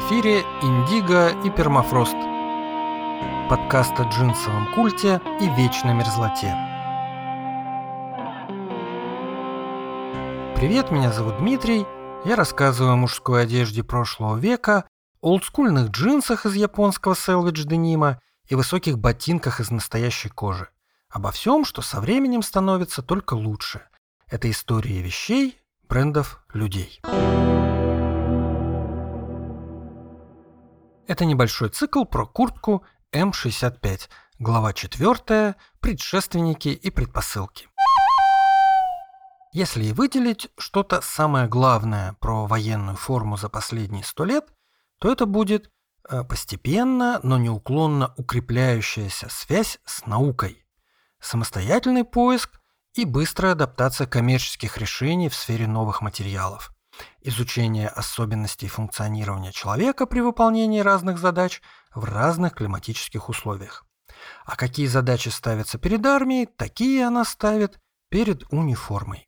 эфире Индиго и Пермафрост. Подкаст о джинсовом культе и вечной мерзлоте. Привет, меня зовут Дмитрий. Я рассказываю о мужской одежде прошлого века, олдскульных джинсах из японского селвидж-денима и высоких ботинках из настоящей кожи. Обо всем, что со временем становится только лучше. Это истории вещей, брендов, людей. Это небольшой цикл про куртку М65, глава 4, предшественники и предпосылки. Если и выделить что-то самое главное про военную форму за последние 100 лет, то это будет постепенно, но неуклонно укрепляющаяся связь с наукой, самостоятельный поиск и быстрая адаптация коммерческих решений в сфере новых материалов, изучение особенностей функционирования человека при выполнении разных задач в разных климатических условиях. А какие задачи ставятся перед армией, такие она ставит перед униформой.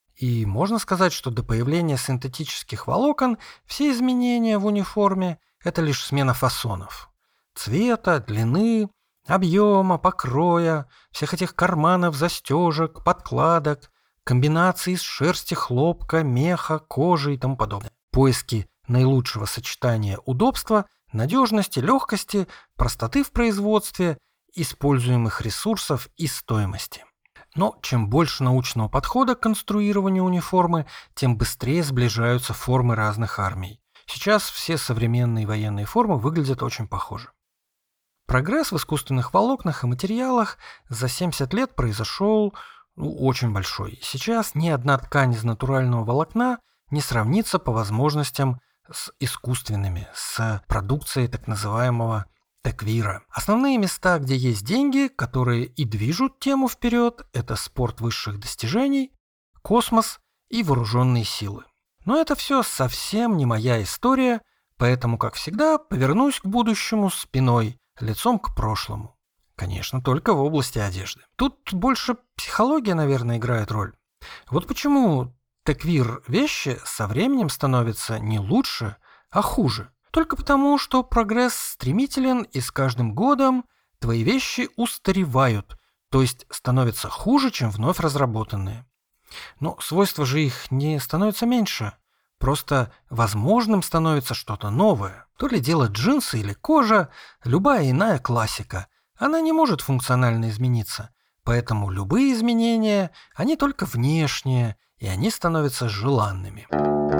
И можно сказать, что до появления синтетических волокон все изменения в униформе – это лишь смена фасонов. Цвета, длины, объема, покроя, всех этих карманов, застежек, подкладок, комбинации из шерсти, хлопка, меха, кожи и тому подобное. Поиски наилучшего сочетания удобства, надежности, легкости, простоты в производстве, используемых ресурсов и стоимости. Но чем больше научного подхода к конструированию униформы, тем быстрее сближаются формы разных армий. Сейчас все современные военные формы выглядят очень похоже. Прогресс в искусственных волокнах и материалах за 70 лет произошел очень большой. Сейчас ни одна ткань из натурального волокна не сравнится по возможностям с искусственными, с продукцией так называемого теквира. Основные места, где есть деньги, которые и движут тему вперед, это спорт высших достижений, космос и вооруженные силы. Но это все совсем не моя история, поэтому, как всегда, повернусь к будущему спиной, лицом к прошлому. Конечно, только в области одежды. Тут больше психология, наверное, играет роль. Вот почему теквир вещи со временем становятся не лучше, а хуже. Только потому, что прогресс стремителен, и с каждым годом твои вещи устаревают, то есть становятся хуже, чем вновь разработанные. Но свойства же их не становятся меньше. Просто возможным становится что-то новое. То ли дело джинсы или кожа, любая иная классика. Она не может функционально измениться. Поэтому любые изменения, они только внешние, и они становятся желанными.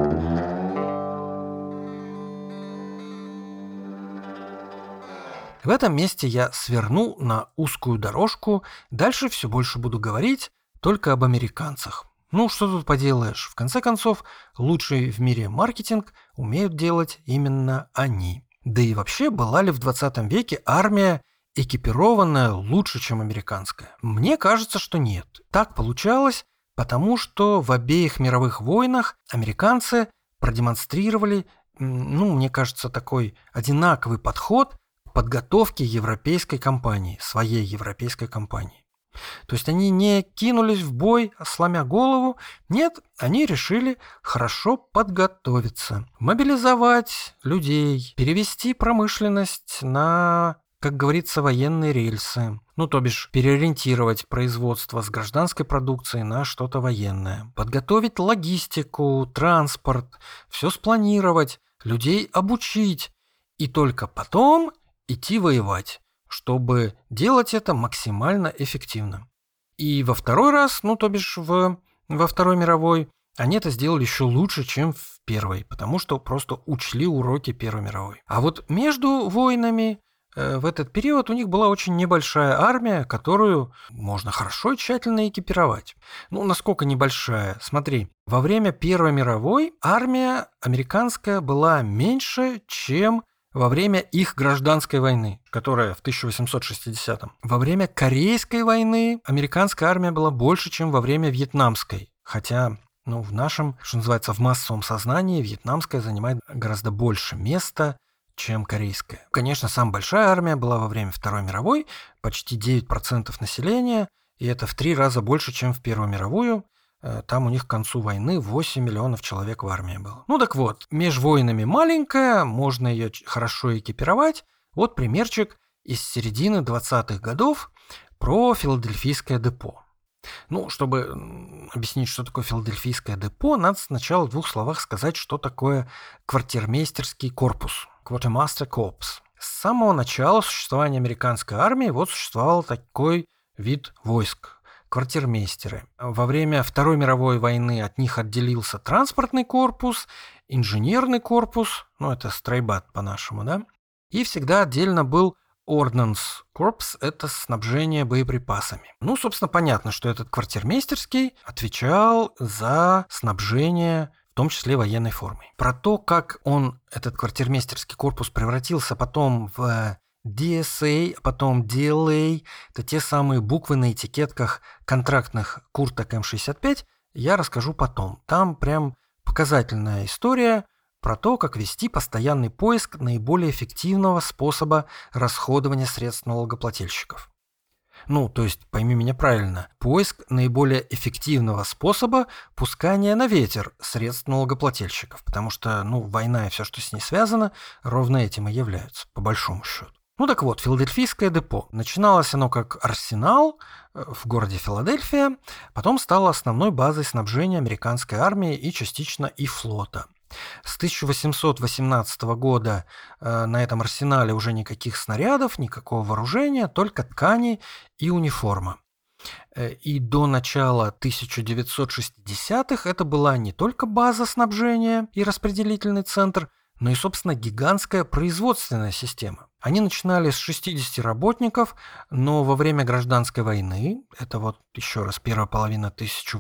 В этом месте я сверну на узкую дорожку, дальше все больше буду говорить только об американцах. Ну, что тут поделаешь, в конце концов, лучший в мире маркетинг умеют делать именно они. Да и вообще, была ли в 20 веке армия экипированная лучше, чем американская? Мне кажется, что нет. Так получалось, потому что в обеих мировых войнах американцы продемонстрировали, мне кажется, такой одинаковый подход к подготовке европейской кампании, своей европейской кампании. То есть они не кинулись в бой, сломя голову. Нет, они решили хорошо подготовиться, мобилизовать людей, перевести промышленность на, как говорится, военные рельсы. То бишь переориентировать производство с гражданской продукции на что-то военное. Подготовить логистику, транспорт, все спланировать, людей обучить. И только потом идти воевать, чтобы делать это максимально эффективно. И во второй раз, во Второй мировой, они это сделали еще лучше, чем в Первой, потому что просто учли уроки Первой мировой. А вот между войнами в этот период у них была очень небольшая армия, которую можно хорошо и тщательно экипировать. Насколько небольшая? Смотри, во время Первой мировой армия американская была меньше, чем во время их гражданской войны, которая в 1860-м. Во время Корейской войны американская армия была больше, чем во время Вьетнамской. Хотя, в нашем, что называется, в массовом сознании вьетнамская занимает гораздо больше места, чем корейская. Конечно, самая большая армия была во время Второй мировой, почти 9% населения, и это в 3 раза больше, чем в Первую мировую. Там у них к концу войны 8 миллионов человек в армии было. Ну так вот, между войнами маленькая, можно ее хорошо экипировать. Вот примерчик из середины 20-х годов про филадельфийское депо. Ну, чтобы объяснить, что такое филадельфийское депо, надо сначала в 2 словах сказать, что такое квартирмейстерский корпус, Quartermaster Corps. С самого начала существования американской армии вот существовал такой вид войск – квартирмейстеры. Во время Второй мировой войны от них отделился транспортный корпус, инженерный корпус, ну это стройбат по-нашему, да, и всегда отдельно был Ordnance Corps – это снабжение боеприпасами. Ну, собственно, понятно, что этот квартирмейстерский отвечал за снабжение, в том числе военной формой. Про то, как этот квартирмейстерский корпус превратился потом в DSA, потом DLA, это те самые буквы на этикетках контрактных курток М65, я расскажу потом. Там прям показательная история про то, как вести постоянный поиск наиболее эффективного способа расходования средств налогоплательщиков. Ну, то есть, пойми меня правильно, поиск наиболее эффективного способа пускания на ветер средств налогоплательщиков, потому что, война и все, что с ней связано, ровно этим и являются, по большому счету. Ну так вот, филадельфийское депо. Начиналось оно как арсенал в городе Филадельфия, потом стало основной базой снабжения американской армии и частично и флота. С 1818 года на этом арсенале уже никаких снарядов, никакого вооружения, только ткани и униформа. И до начала 1960-х это была не только база снабжения и распределительный центр, но и, собственно, гигантская производственная система. Они начинали с 60 работников, но во время гражданской войны, это вот еще раз первая половина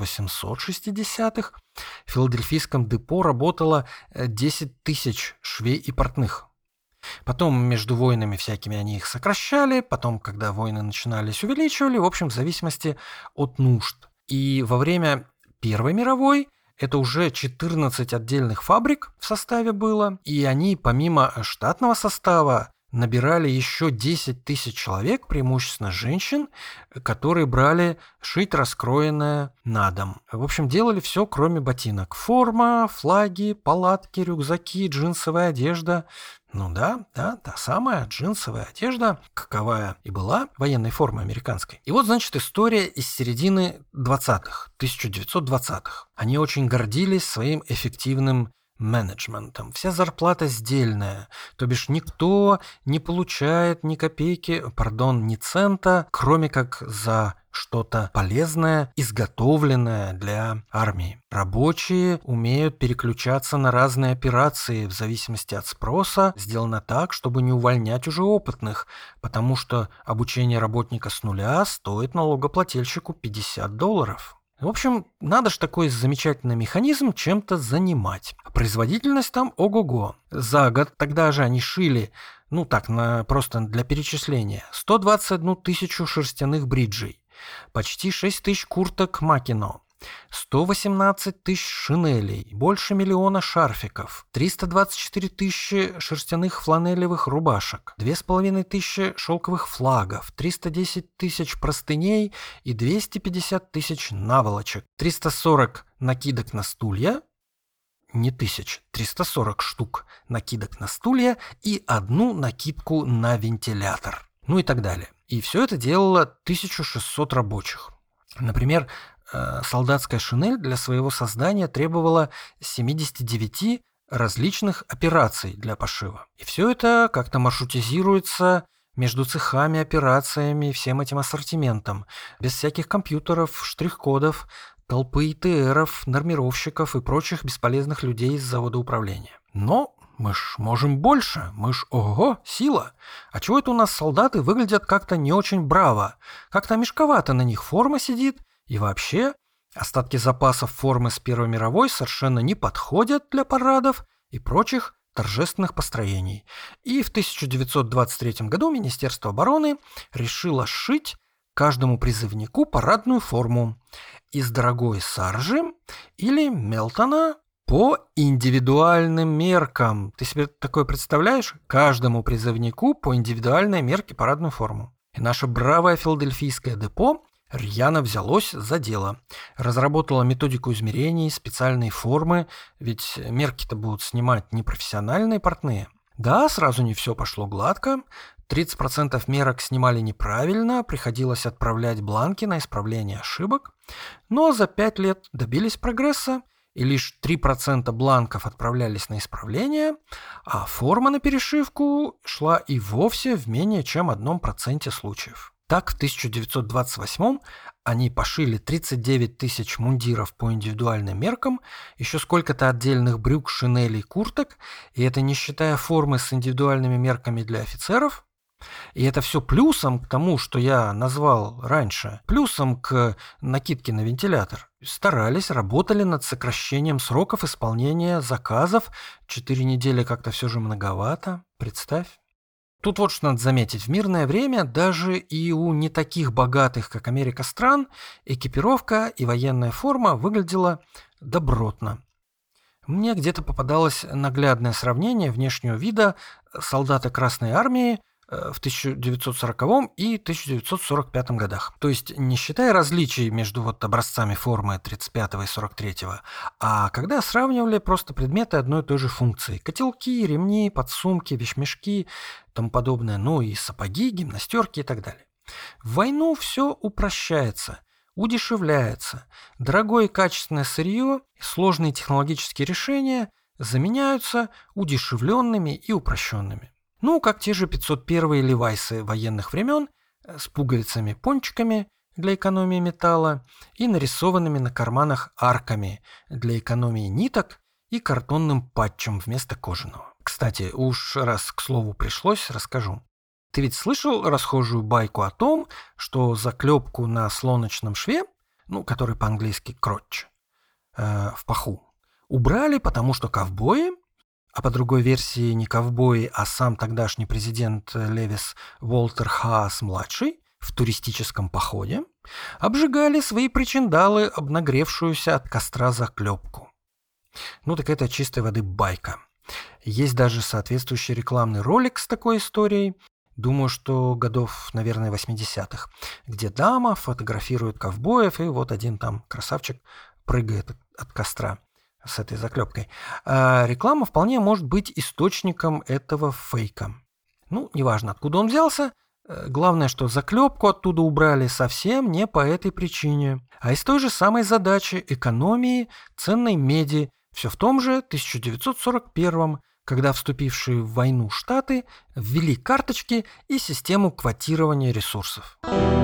1860-х, в филадельфийском депо работало 10 тысяч швей и портных. Потом между войнами всякими они их сокращали, потом, когда войны начинались, увеличивали, в общем, в зависимости от нужд. И во время Первой мировой это уже 14 отдельных фабрик в составе было, и они помимо штатного состава набирали еще 10 тысяч человек, преимущественно женщин, которые брали шить раскроенное на дом. В общем, делали все, кроме ботинок. Форма, флаги, палатки, рюкзаки, джинсовая одежда. Ну да, та самая джинсовая одежда, каковая и была военной формы американской. И вот, значит, история из середины 20-х, 1920-х. Они очень гордились своим эффективным менеджментом. Вся зарплата сдельная, то бишь никто не получает ни копейки, ни цента, кроме как за что-то полезное, изготовленное для армии. Рабочие умеют переключаться на разные операции в зависимости от спроса. Сделано так, чтобы не увольнять уже опытных, потому что обучение работника с нуля стоит налогоплательщику $50. В общем, надо ж такой замечательный механизм чем-то занимать. Производительность там ого-го. За год тогда же они шили, просто для перечисления, 121 тысячу шерстяных бриджей, почти 6 тысяч курток Макино, 118 тысяч шинелей, больше миллиона шарфиков, 324 тысячи шерстяных фланелевых рубашек, 2500 шелковых флагов, 310 тысяч простыней и 250 тысяч наволочек, 340 накидок на стулья, 340 штук накидок на стулья и 1 накидку на вентилятор, и так далее. И все это делало 1600 рабочих. Например, солдатская шинель для своего создания требовала 79 различных операций для пошива. И все это как-то маршрутизируется между цехами, операциями, всем этим ассортиментом, без всяких компьютеров, штрих-кодов, толпы ИТРов, нормировщиков и прочих бесполезных людей из завода управления. Но мы ж можем больше, мы ж ого, сила. А чего это у нас солдаты выглядят как-то не очень браво? Как-то мешковато на них форма сидит, и вообще остатки запасов формы с Первой мировой совершенно не подходят для парадов и прочих торжественных построений. И в 1923 году Министерство обороны решило сшить каждому призывнику парадную форму из дорогой саржи или мелтона по индивидуальным меркам. Ты себе такое представляешь? Каждому призывнику по индивидуальной мерке парадную форму. И наше бравое филадельфийское депо рьяно взялось за дело. Разработало методику измерений, специальные формы, ведь мерки-то будут снимать непрофессиональные портные. Да, сразу не все пошло гладко. 30% мерок снимали неправильно, приходилось отправлять бланки на исправление ошибок. Но за 5 лет добились прогресса, и лишь 3% бланков отправлялись на исправление, а форма на перешивку шла и вовсе в менее чем 1% случаев. Так, в 1928 они пошили 39 тысяч мундиров по индивидуальным меркам, еще сколько-то отдельных брюк, шинелей, курток, и это не считая формы с индивидуальными мерками для офицеров. И это все плюсом к тому, что я назвал раньше, плюсом к накидке на вентилятор. Старались, работали над сокращением сроков исполнения заказов. 4 недели как-то все же многовато, представь. Тут вот что надо заметить, в мирное время даже и у не таких богатых, как Америка, стран, экипировка и военная форма выглядела добротно. Мне где-то попадалось наглядное сравнение внешнего вида солдата Красной Армии в 1940 и 1945 годах. То есть не считая различий между образцами формы 35 и 43, а когда сравнивали просто предметы одной и той же функции. Котелки, ремни, подсумки, вещмешки, тому подобное, ну и сапоги, гимнастерки и так далее. В войну все упрощается, удешевляется. Дорогое и качественное сырье и сложные технологические решения заменяются удешевленными и упрощенными. Ну, как те же 501-е левайсы военных времен с пуговицами-пончиками для экономии металла и нарисованными на карманах арками для экономии ниток и картонным патчем вместо кожаного. Кстати, уж раз к слову пришлось, расскажу. Ты ведь слышал расхожую байку о том, что заклепку на слоночном шве, который по-английски кротч, в паху, убрали, потому что ковбои, а по другой версии не ковбои, а сам тогдашний президент Левис Уолтер Хаас-младший в туристическом походе обжигали свои причиндалы об нагревшуюся от костра заклепку. Так это чистой воды байка. Есть даже соответствующий рекламный ролик с такой историей, думаю, что годов, наверное, 80-х, где дама фотографирует ковбоев, и вот один там красавчик прыгает от костра с этой заклепкой. А реклама вполне может быть источником этого фейка. Неважно, откуда он взялся, главное, что заклепку оттуда убрали совсем не по этой причине, а из той же самой задачи экономии ценной меди, все в том же 1941, когда вступившие в войну Штаты ввели карточки и систему квотирования ресурсов.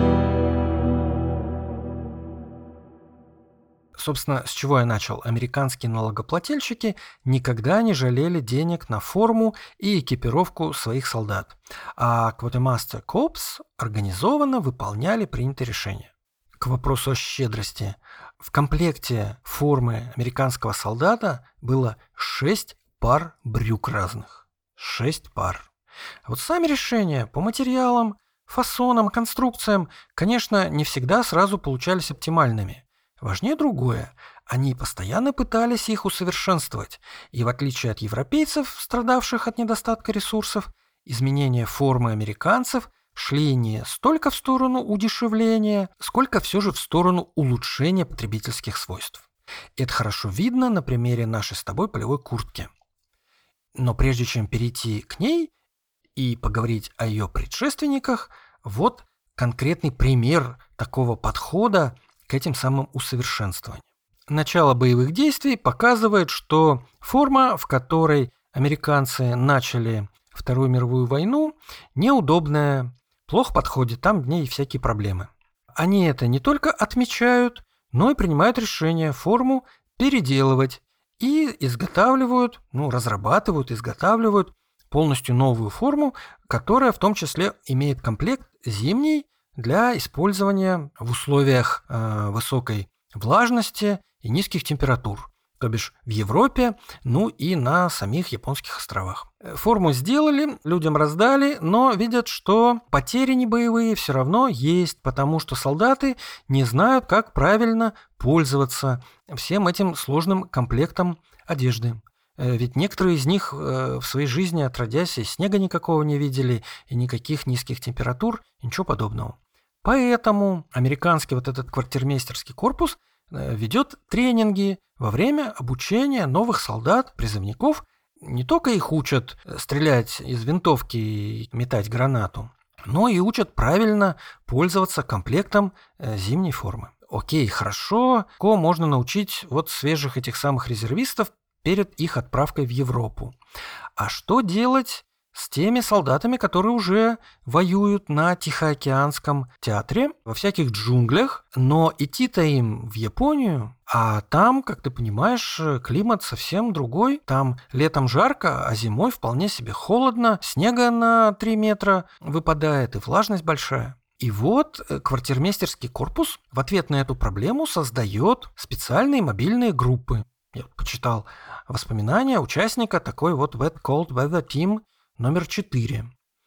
Собственно, с чего я начал? Американские налогоплательщики никогда не жалели денег на форму и экипировку своих солдат, а Quartermaster Corps организованно выполняли принятые решения. К вопросу о щедрости. В комплекте формы американского солдата было 6 пар брюк разных. 6 пар. А вот сами решения по материалам, фасонам, конструкциям, конечно, не всегда сразу получались оптимальными. Важнее другое. Они постоянно пытались их усовершенствовать, и в отличие от европейцев, страдавших от недостатка ресурсов, изменения формы американцев шли не столько в сторону удешевления, сколько все же в сторону улучшения потребительских свойств. Это хорошо видно на примере нашей с тобой полевой куртки. Но прежде чем перейти к ней и поговорить о ее предшественниках, вот конкретный пример такого подхода к этим самым усовершенствованиям. Начало боевых действий показывает, что форма, в которой американцы начали Вторую мировую войну, неудобная, плохо подходит, там в ней всякие проблемы. Они это не только отмечают, но и принимают решение форму переделывать и изготавливают полностью новую форму, которая в том числе имеет комплект зимний для использования в условиях высокой влажности и низких температур, то бишь в Европе, и на самих японских островах. Форму сделали, людям раздали, но видят, что потери небоевые все равно есть, потому что солдаты не знают, как правильно пользоваться всем этим сложным комплектом одежды. Ведь некоторые из них в своей жизни, отродясь, и снега никакого не видели, и никаких низких температур, ничего подобного. Поэтому американский вот этот квартирмейстерский корпус ведет тренинги во время обучения новых солдат, призывников. Не только их учат стрелять из винтовки и метать гранату, но и учат правильно пользоваться комплектом зимней формы. Окей, хорошо, кого можно научить вот свежих этих самых резервистов перед их отправкой в Европу. А что делать с теми солдатами, которые уже воюют на Тихоокеанском театре, во всяких джунглях, но идти-то им в Японию, а там, как ты понимаешь, климат совсем другой. Там летом жарко, а зимой вполне себе холодно, снега на 3 метра выпадает и влажность большая. И вот квартирмейстерский корпус в ответ на эту проблему создает специальные мобильные группы. Я почитал воспоминания участника такой вот Wet Cold Weather Team номер 4.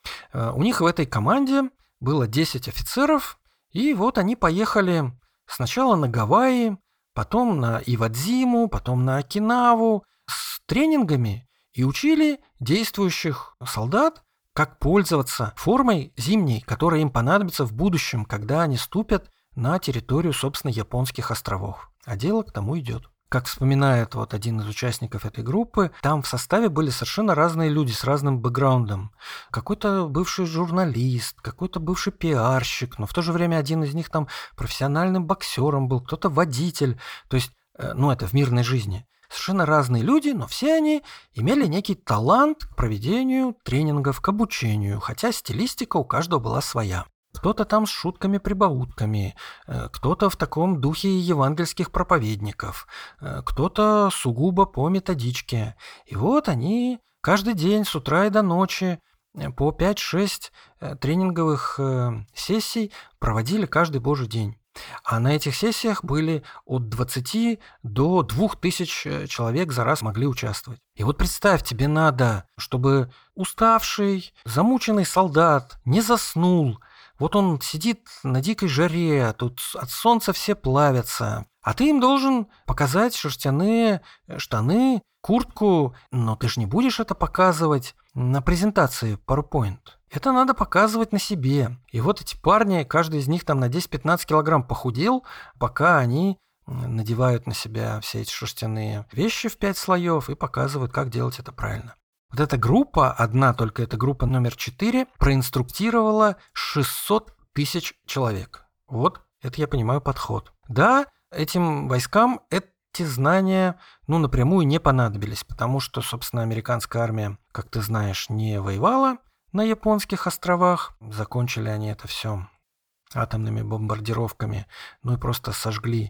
У них в этой команде было 10 офицеров, и вот они поехали сначала на Гавайи, потом на Ивадзиму, потом на Окинаву с тренингами и учили действующих солдат, как пользоваться формой зимней, которая им понадобится в будущем, когда они ступят на территорию, собственно, японских островов. А дело к тому идет. Как вспоминает вот один из участников этой группы, там в составе были совершенно разные люди с разным бэкграундом. Какой-то бывший журналист, какой-то бывший пиарщик, но в то же время один из них там профессиональным боксером был, кто-то водитель. То есть, это в мирной жизни. Совершенно разные люди, но все они имели некий талант к проведению тренингов, к обучению, хотя стилистика у каждого была своя. Кто-то там с шутками-прибаутками, кто-то в таком духе евангельских проповедников, кто-то сугубо по методичке. И вот они каждый день с утра и до ночи по 5-6 тренинговых сессий проводили каждый божий день. А на этих сессиях были от 20 до 2000 человек за раз могли участвовать. И вот представь, тебе надо, чтобы уставший, замученный солдат не заснул. Вот он сидит на дикой жаре, тут от солнца все плавятся. А ты им должен показать шерстяные штаны, куртку, но ты же не будешь это показывать на презентации PowerPoint. Это надо показывать на себе. И вот эти парни, каждый из них там на 10-15 килограмм похудел, пока они надевают на себя все эти шерстяные вещи в 5 слоев и показывают, как делать это правильно. Вот эта группа, одна только эта группа номер 4, проинструктировала 600 тысяч человек. Вот это, я понимаю, подход. Да, этим войскам эти знания напрямую не понадобились, потому что, собственно, американская армия, как ты знаешь, не воевала на японских островах. Закончили они это все атомными бомбардировками, и просто сожгли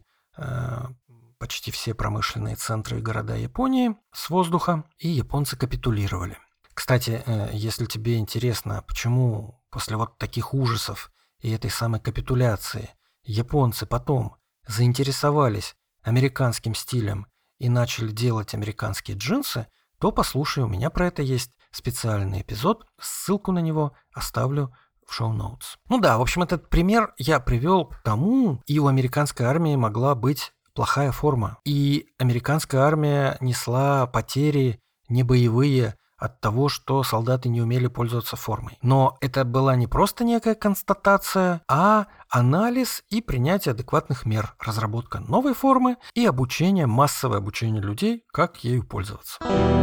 почти все промышленные центры и города Японии с воздуха, и японцы капитулировали. Кстати, если тебе интересно, почему после вот таких ужасов и этой самой капитуляции японцы потом заинтересовались американским стилем и начали делать американские джинсы, то послушай, у меня про это есть специальный эпизод, ссылку на него оставлю в шоу-ноутс. В общем, этот пример я привел к тому, и у американской армии могла быть плохая форма. И американская армия несла потери небоевые от того, что солдаты не умели пользоваться формой. Но это была не просто некая констатация, а анализ и принятие адекватных мер, разработка новой формы и обучение, массовое обучение людей, как ею пользоваться.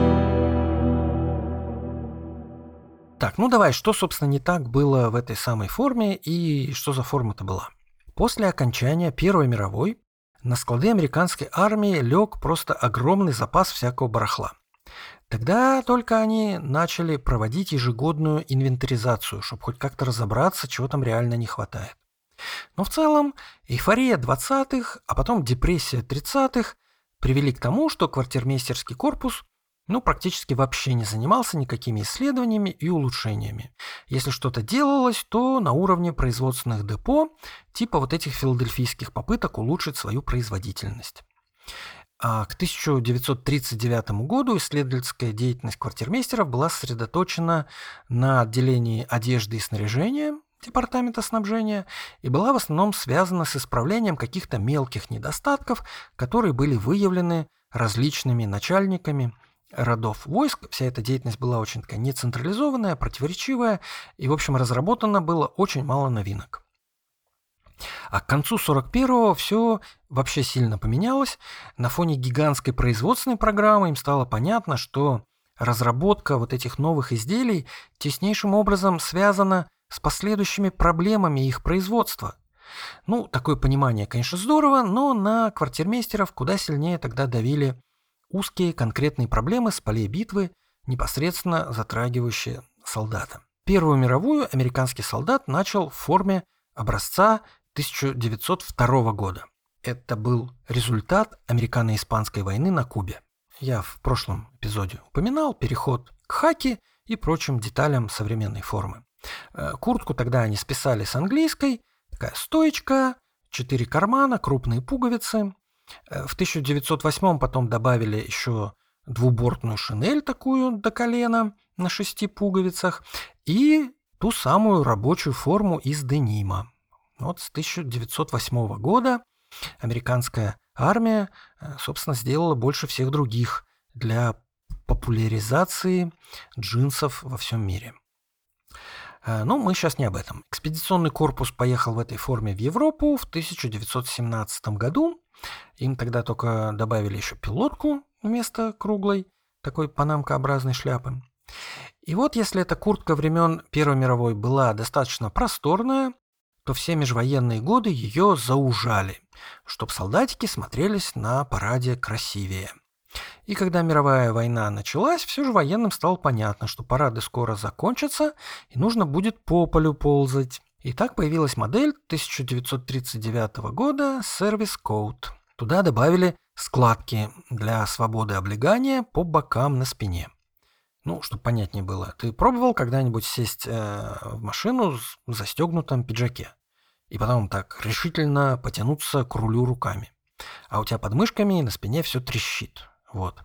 Так, давай, что, собственно, не так было в этой самой форме и что за форма-то была? После окончания Первой мировой на склады американской армии лег просто огромный запас всякого барахла. Тогда только они начали проводить ежегодную инвентаризацию, чтобы хоть как-то разобраться, чего там реально не хватает. Но в целом эйфория 20-х, а потом депрессия 30-х привели к тому, что квартирмейстерский корпус практически вообще не занимался никакими исследованиями и улучшениями. Если что-то делалось, то на уровне производственных депо, типа вот этих филадельфийских попыток улучшить свою производительность. А к 1939 году исследовательская деятельность квартирмейстеров была сосредоточена на отделении одежды и снаряжения департамента снабжения и была в основном связана с исправлением каких-то мелких недостатков, которые были выявлены различными начальниками родов войск. Вся эта деятельность была очень такая нецентрализованная, противоречивая, и, в общем, разработано было очень мало новинок. А к концу 41-го все вообще сильно поменялось. На фоне гигантской производственной программы им стало понятно, что разработка вот этих новых изделий теснейшим образом связана с последующими проблемами их производства. Ну, такое понимание, конечно, здорово, но на квартирмейстеров куда сильнее тогда давили узкие конкретные проблемы с полей битвы, непосредственно затрагивающие солдата. Первую мировую американский солдат начал в форме образца 1902 года. Это был результат американо-испанской войны на Кубе. Я в прошлом эпизоде упоминал переход к хаки и прочим деталям современной формы. Куртку тогда они списали с английской, такая стоечка, 4 кармана, крупные пуговицы. В 1908 потом добавили еще двубортную шинель такую до колена на 6 пуговицах и ту самую рабочую форму из денима. Вот с 1908 года американская армия, собственно, сделала больше всех других для популяризации джинсов во всем мире. Но мы сейчас не об этом. Экспедиционный корпус поехал в этой форме в Европу в 1917 году. Им тогда только добавили еще пилотку вместо круглой, такой панамкообразной шляпы. И вот если эта куртка времен Первой мировой была достаточно просторная, то все межвоенные годы ее заужали, чтобы солдатики смотрелись на параде красивее. И когда мировая война началась, все же военным стало понятно, что парады скоро закончатся и нужно будет по полю ползать. И так появилась модель 1939 года Service Coat. Туда добавили складки для свободы облегания по бокам на спине. Ну, чтобы понятнее было, ты пробовал когда-нибудь сесть в машину в застегнутом пиджаке и потом так решительно потянуться к рулю руками, а у тебя под мышками и на спине все трещит. Вот.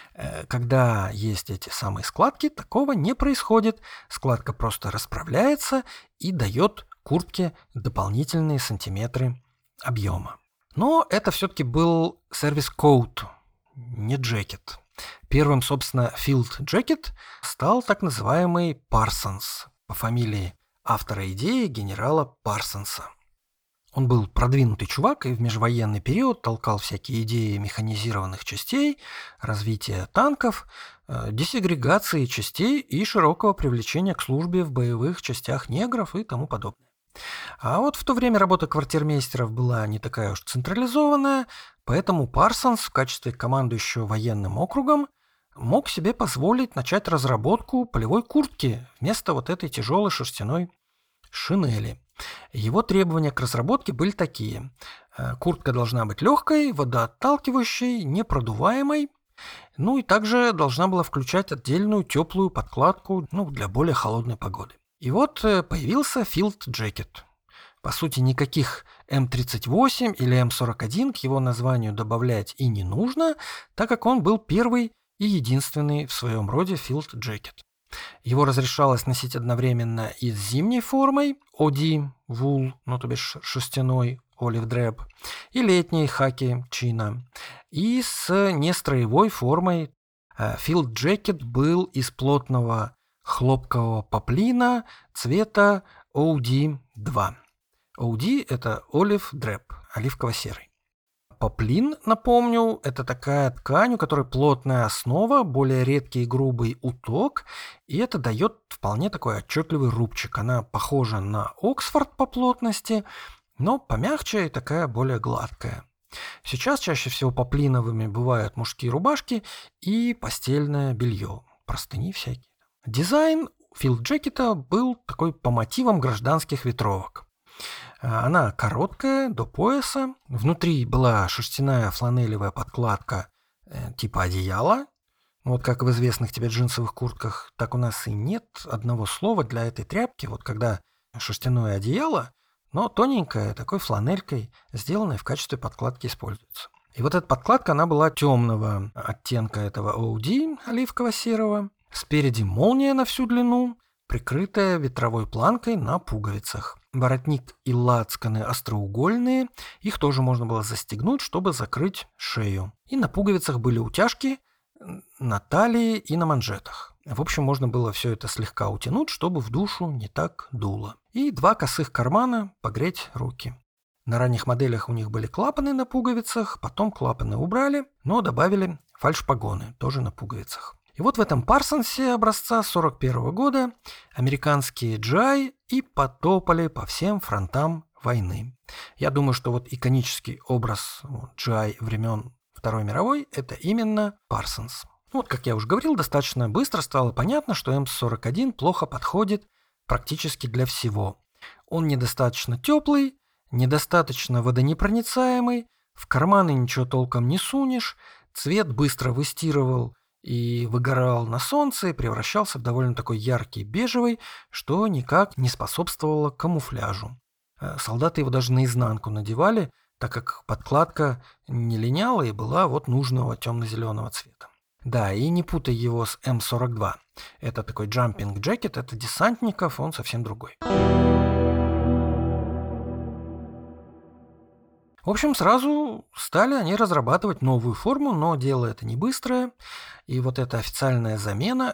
Когда есть эти самые складки, такого не происходит. Складка просто расправляется и дает куртке дополнительные сантиметры объема. Но это все-таки был сервис-коут, не джекет. Первым, собственно, field jacket стал так называемый Парсонс по фамилии автора идеи генерала Парсонса. Он был продвинутый чувак и в межвоенный период толкал всякие идеи механизированных частей, развития танков, десегрегации частей и широкого привлечения к службе в боевых частях негров и тому подобное. А вот в то время работа квартирмейстеров была не такая уж централизованная, поэтому Парсонс в качестве командующего военным округом мог себе позволить начать разработку полевой куртки вместо вот этой тяжелой шерстяной шинели. Его требования к разработке были такие. Куртка должна быть легкой, водоотталкивающей, непродуваемой, ну и также должна была включать отдельную теплую подкладку для более холодной погоды. И вот появился Field Jacket. По сути, никаких М38 или М41 к его названию добавлять и не нужно, так как он был первый и единственный в своем роде Field Jacket. Его разрешалось носить одновременно и с зимней формой OD, wool, то бишь шерстяной, olive drab, и летней хаки, чина, и с нестроевой формой. Field Jacket был из плотного хлопкового поплина цвета OD2. OD – это olive drab, оливково-серый. Поплин, напомню, это такая ткань, у которой плотная основа, более редкий и грубый уток, и это дает вполне такой отчетливый рубчик. Она похожа на Оксфорд по плотности, но помягче и такая более гладкая. Сейчас чаще всего поплиновыми бывают мужские рубашки и постельное белье, простыни всякие. Дизайн филд-джекета был такой по мотивам гражданских ветровок. Она короткая, до пояса. Внутри была шерстяная фланелевая подкладка типа одеяла. Вот как в известных тебе джинсовых куртках, так у нас и нет одного слова для этой тряпки. Вот когда шерстяное одеяло, но тоненькое, такой фланелькой, сделанной в качестве подкладки используется. И вот эта подкладка, она была темного оттенка этого OD, оливково-серого. Спереди молния на всю длину, прикрытая ветровой планкой на пуговицах. Воротник и лацканы остроугольные, их тоже можно было застегнуть, чтобы закрыть шею. И на пуговицах были утяжки на талии и на манжетах. В общем, можно было все это слегка утянуть, чтобы в душу не так дуло. И 2 косых кармана погреть руки. На ранних моделях у них были клапаны на пуговицах, потом клапаны убрали, но добавили фальшпогоны, тоже на пуговицах. И вот в этом Парсонсе образца 41 года американские GI и потопали по всем фронтам войны. Я думаю, что вот иконический образ GI времен Второй мировой – это именно Парсонс. Вот, как я уже говорил, достаточно быстро стало понятно, что М41 плохо подходит практически для всего. Он недостаточно теплый, недостаточно водонепроницаемый, в карманы ничего толком не сунешь, цвет быстро выстирывал и выгорал на солнце и превращался в довольно такой яркий бежевый, что никак не способствовало камуфляжу. Солдаты его даже наизнанку надевали, так как подкладка не линяла и была вот нужного темно-зеленого цвета. Да, и не путай его с М42. Это такой jumping jacket, это десантников, он совсем другой. В общем, сразу стали они разрабатывать новую форму, но дело это не быстрое. И вот эта официальная замена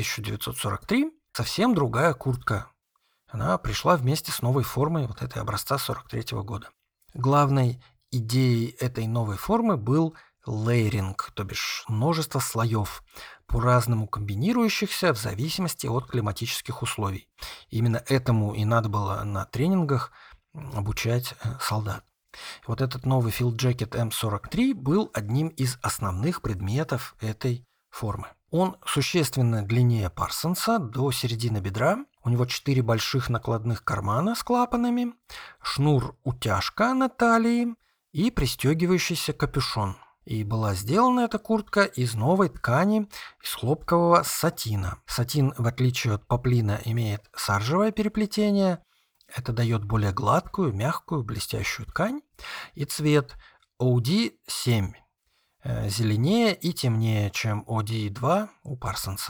М1943 совсем другая куртка. Она пришла вместе с новой формой вот этой образца 43 года. Главной идеей этой новой формы был лейеринг, то бишь множество слоев, по-разному комбинирующихся в зависимости от климатических условий. Именно этому и надо было на тренингах обучать солдат. Вот этот новый Field Jacket М43 был одним из основных предметов этой формы. Он существенно длиннее Парсонса до середины бедра. У него 4 больших накладных кармана с клапанами, шнур-утяжка на талии и пристегивающийся капюшон. И была сделана эта куртка из новой ткани, из хлопкового сатина. Сатин, в отличие от поплина, имеет саржевое переплетение. Это дает более гладкую, мягкую, блестящую ткань. И цвет OD7 зеленее и темнее, чем OD2 у Парсонса.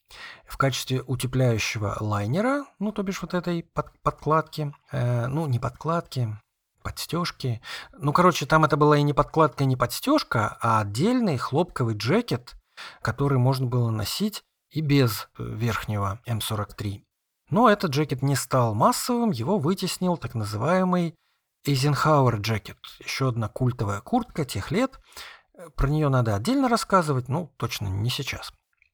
В качестве утепляющего лайнера, то бишь вот этой подкладки, не подкладки, подстежки. Там это была и не подкладка, и не подстежка, а отдельный хлопковый джекет, который можно было носить и без верхнего М43. Но этот джекет не стал массовым, его вытеснил так называемый Eisenhower джекет. Еще одна культовая куртка тех лет. Про нее надо отдельно рассказывать, точно не сейчас.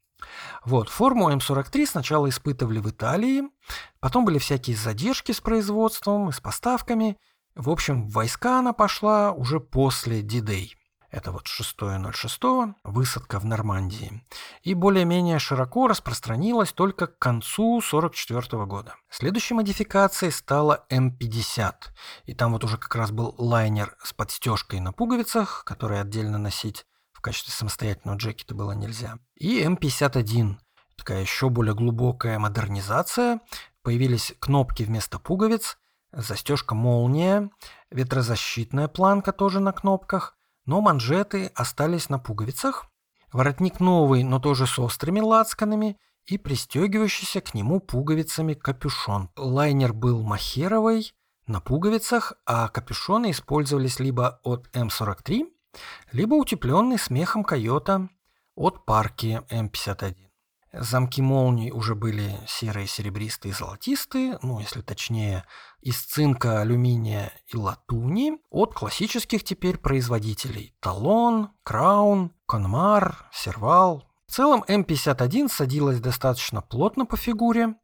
Вот, форму М43 сначала испытывали в Италии, потом были всякие задержки с производством и с поставками. В общем, в войска она пошла уже после D-Day. Это вот 6.06, высадка в Нормандии. И более-менее широко распространилась только к концу 1944 года. Следующей модификацией стала М50. И там вот уже как раз был лайнер с подстежкой на пуговицах, который отдельно носить в качестве самостоятельного джекета было нельзя. И М51. Такая еще более глубокая модернизация. Появились кнопки вместо пуговиц, застежка молния, ветрозащитная планка тоже на кнопках. Но манжеты остались на пуговицах, воротник новый, но тоже с острыми лацканами и пристегивающийся к нему пуговицами капюшон. Лайнер был мохеровый на пуговицах, а капюшоны использовались либо от М43, либо утепленный смехом койота от парки М51. Замки молний уже были серые, серебристые, золотистые, если точнее, из цинка, алюминия и латуни от классических теперь производителей Талон, Краун, Конмар, Сервал. В целом М51 садилась достаточно плотно по фигуре,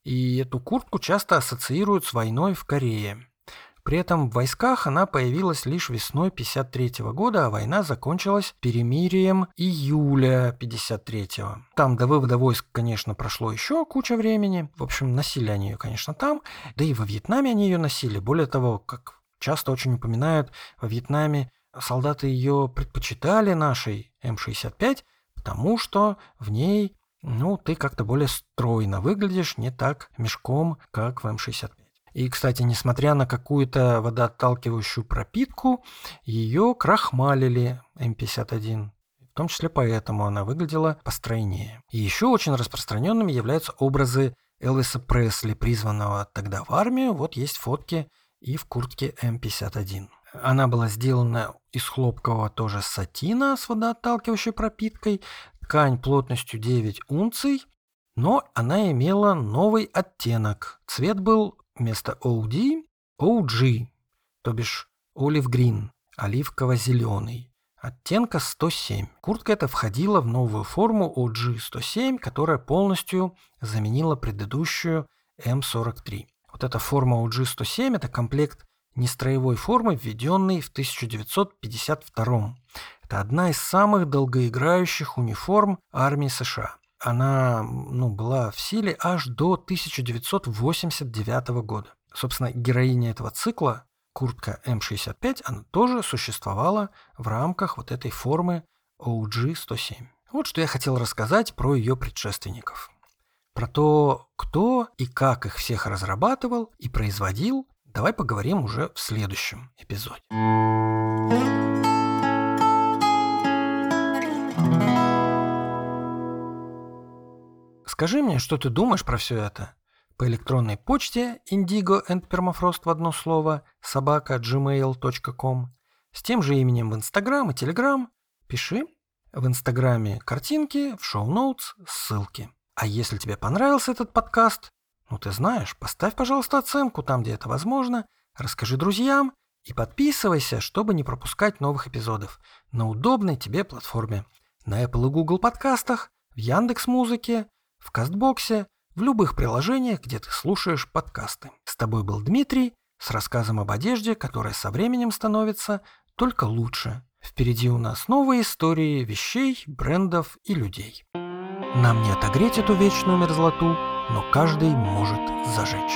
и эту куртку часто ассоциируют с войной в Корее. При этом в войсках она появилась лишь весной 1953 года, а война закончилась перемирием июля 1953. Там до вывода войск, конечно, прошло еще куча времени. В общем, носили они ее, конечно, там. Да и во Вьетнаме они ее носили. Более того, как часто очень упоминают, во Вьетнаме солдаты ее предпочитали нашей М65, потому что в ней, ты как-то более стройно выглядишь, не так мешком, как в М65. И, кстати, несмотря на какую-то водоотталкивающую пропитку, ее крахмалили М51. В том числе поэтому она выглядела постройнее. И еще очень распространенными являются образы Элвиса Пресли, призванного тогда в армию. Вот есть фотки и в куртке М51. Она была сделана из хлопкового тоже сатина с водоотталкивающей пропиткой. Ткань плотностью 9 унций, но она имела новый оттенок. Цвет был вместо OD – OG, то бишь Olive Green, оливково-зеленый, оттенка 107. Куртка эта входила в новую форму OG-107, которая полностью заменила предыдущую M43. Вот эта форма OG-107 – это комплект нестроевой формы, введенный в 1952. Это одна из самых долгоиграющих униформ армии США. Она была в силе аж до 1989 года. Собственно, героиня этого цикла, куртка М65, она тоже существовала в рамках вот этой формы OG-107. Вот что я хотел рассказать про ее предшественников. Про то, кто и как их всех разрабатывал и производил, давай поговорим уже в следующем эпизоде. Скажи мне, что ты думаешь про все это? По электронной почте indigo and permafrost в одно слово @gmail.com, с тем же именем в Инстаграм и Телеграм. Пиши. В Инстаграме картинки, в шоу-ноутс ссылки. А если тебе понравился этот подкаст, ты знаешь, поставь, пожалуйста, оценку там, где это возможно, расскажи друзьям и подписывайся, чтобы не пропускать новых эпизодов на удобной тебе платформе. На Apple и Google подкастах, в Яндекс.Музыке, в Кастбоксе, в любых приложениях, где ты слушаешь подкасты. С тобой был Дмитрий с рассказом об одежде, которая со временем становится только лучше. Впереди у нас новые истории вещей, брендов и людей. Нам не отогреть эту вечную мерзлоту, но каждый может зажечь.